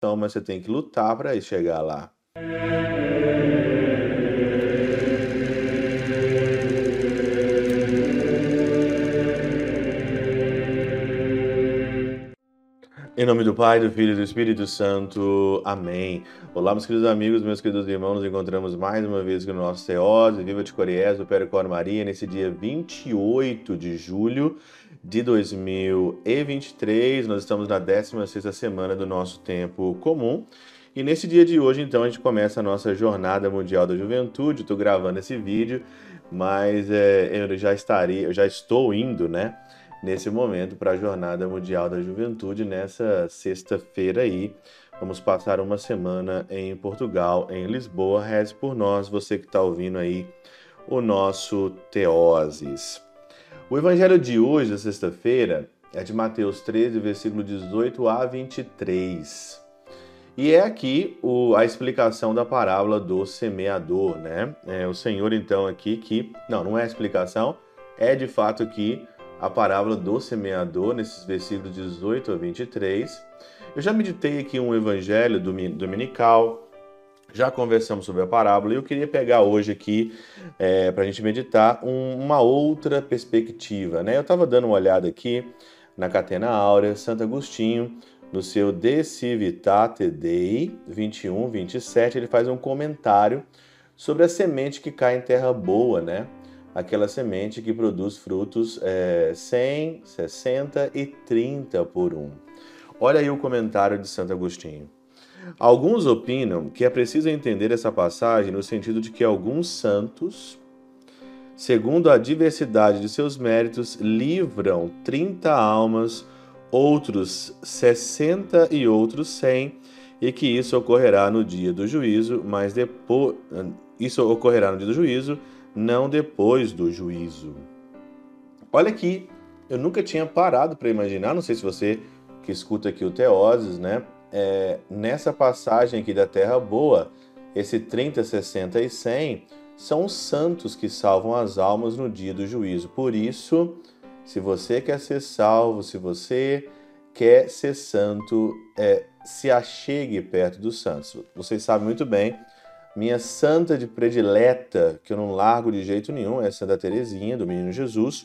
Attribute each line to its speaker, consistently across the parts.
Speaker 1: mas você tem que lutar para chegar lá. Em nome do Pai, do Filho e do Espírito Santo. Amém. Olá, meus queridos amigos, meus queridos irmãos, nos encontramos mais uma vez aqui no nosso Teose, Viva de Coriés, do Percor Maria, nesse dia 28 de julho de 2023. Nós estamos na 16ª semana do nosso tempo comum. E nesse dia de hoje, então, a gente começa a nossa Jornada Mundial da Juventude. Estou gravando esse vídeo, mas eu já estou indo, né? Nesse momento para a Jornada Mundial da Juventude, nessa sexta-feira aí. Vamos passar uma semana em Portugal, em Lisboa. Reze por nós, você que está ouvindo aí o nosso Teoses. O evangelho de hoje, da sexta-feira, é de Mateus 13, versículo 18 a 23. E é aqui a explicação da parábola do semeador, né? O Senhor, então, aqui que... Não é a explicação, é de fato aqui a parábola do semeador, nesses versículos 18 a 23. Eu já meditei aqui um evangelho dominical, já conversamos sobre a parábola, e eu queria pegar hoje aqui, para a gente meditar, uma outra perspectiva, né? Eu estava dando uma olhada aqui na Catena Áurea, Santo Agostinho, no seu De Civitate Dei 21, 27, ele faz um comentário sobre a semente que cai em terra boa, né? Aquela semente que produz frutos 100, 60 e 30 por um. Olha aí o comentário de Santo Agostinho. Alguns opinam que é preciso entender essa passagem no sentido de que alguns santos, segundo a diversidade de seus méritos, livram 30 almas, outros 60 e outros 100, e que isso ocorrerá no dia do juízo, mas depois... Isso ocorrerá no dia do juízo, não depois do juízo. Olha aqui, eu nunca tinha parado para imaginar, não sei se você que escuta aqui o Teoses, né? Nessa passagem aqui da Terra Boa, esse 30, 60 e 100 são os santos que salvam as almas no dia do juízo. Por isso, se você quer ser salvo, se você quer ser santo, se achegue perto dos santos. Vocês sabem muito bem, minha santa de predileta, que eu não largo de jeito nenhum, é Santa Teresinha, do Menino Jesus.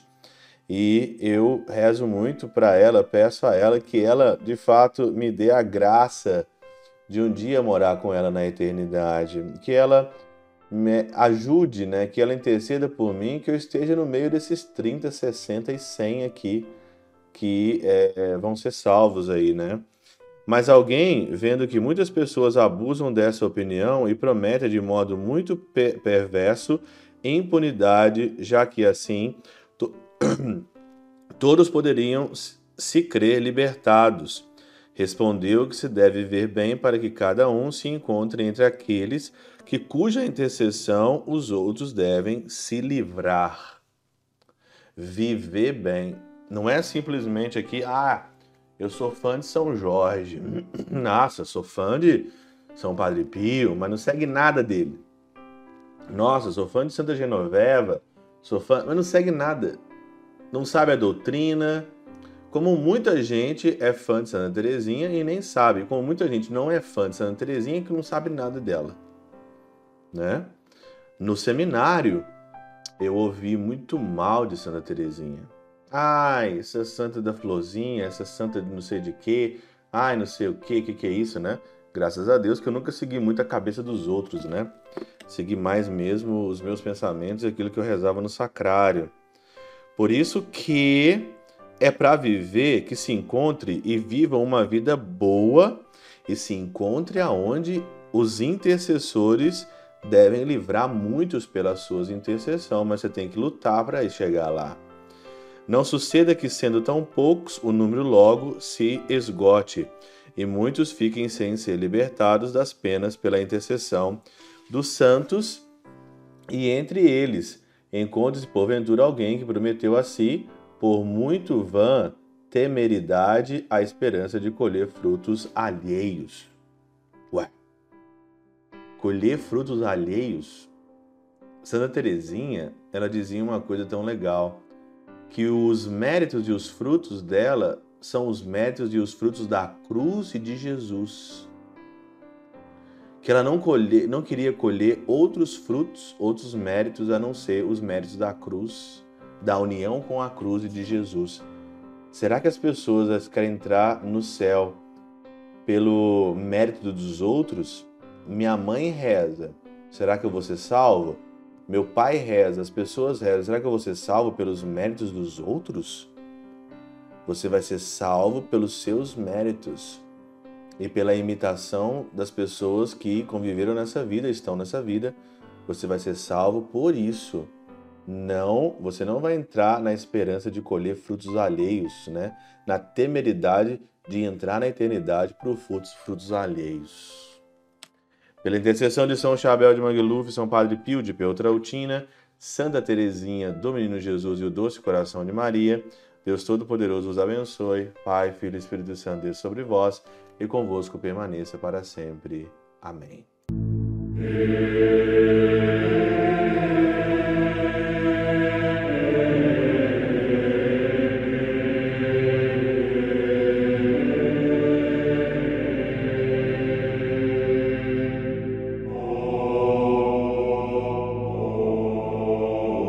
Speaker 1: E eu rezo muito para ela, peço a ela que ela, de fato, me dê a graça de um dia morar com ela na eternidade. Que ela me ajude, né? Que ela interceda por mim, que eu esteja no meio desses 30, 60 e 100 aqui, que vão ser salvos aí, né? Mas alguém, vendo que muitas pessoas abusam dessa opinião e prometem de modo muito perverso impunidade, já que assim todos poderiam se crer libertados. Respondeu que se deve viver bem para que cada um se encontre entre aqueles que cuja intercessão os outros devem se livrar. Viver bem. Não é simplesmente aqui, eu sou fã de São Jorge. Nossa, sou fã de São Padre Pio, mas não segue nada dele. Nossa, sou fã de Santa Genoveva, sou fã, mas não segue nada. Não sabe a doutrina. Como muita gente é fã de Santa Teresinha e nem sabe. Como muita gente não é fã de Santa Teresinha que não sabe nada dela, né? No seminário, eu ouvi muito mal de Santa Teresinha. Ai, essa santa da florzinha, essa santa de não sei de quê, ai, não sei o quê, que é isso, né? Graças a Deus que eu nunca segui muito a cabeça dos outros, né? Segui mais mesmo os meus pensamentos e aquilo que eu rezava no sacrário. Por isso que é para viver que se encontre e viva uma vida boa e se encontre aonde os intercessores devem livrar muitos pelas suas intercessões, mas você tem que lutar para chegar lá. Não suceda que, sendo tão poucos, o número logo se esgote e muitos fiquem sem ser libertados das penas pela intercessão dos santos, e entre eles encontre-se porventura alguém que prometeu a si, por muito vã temeridade, a esperança de colher frutos alheios. Ué, colher frutos alheios? Santa Teresinha, ela dizia uma coisa tão legal, que os méritos e os frutos dela são os méritos e os frutos da cruz e de Jesus. que ela não queria colher outros frutos, outros méritos, a não ser os méritos da cruz, da união com a cruz e de Jesus. Será que as pessoas querem entrar no céu pelo mérito dos outros? Minha mãe reza, será que eu vou ser salvo? Meu pai reza, as pessoas rezam, será que eu vou ser salvo pelos méritos dos outros? Você vai ser salvo pelos seus méritos e pela imitação das pessoas que conviveram nessa vida, estão nessa vida. Você vai ser salvo por isso. Não, você não vai entrar na esperança de colher frutos alheios, né? Na temeridade de entrar na eternidade por frutos alheios. Pela intercessão de São Chabel de Mangluf, São Padre Pio de Peltrautina, Santa Teresinha do Menino Jesus e o Doce Coração de Maria, Deus Todo-Poderoso os abençoe, Pai, Filho e Espírito Santo, Deus sobre vós e convosco permaneça para sempre. Amém.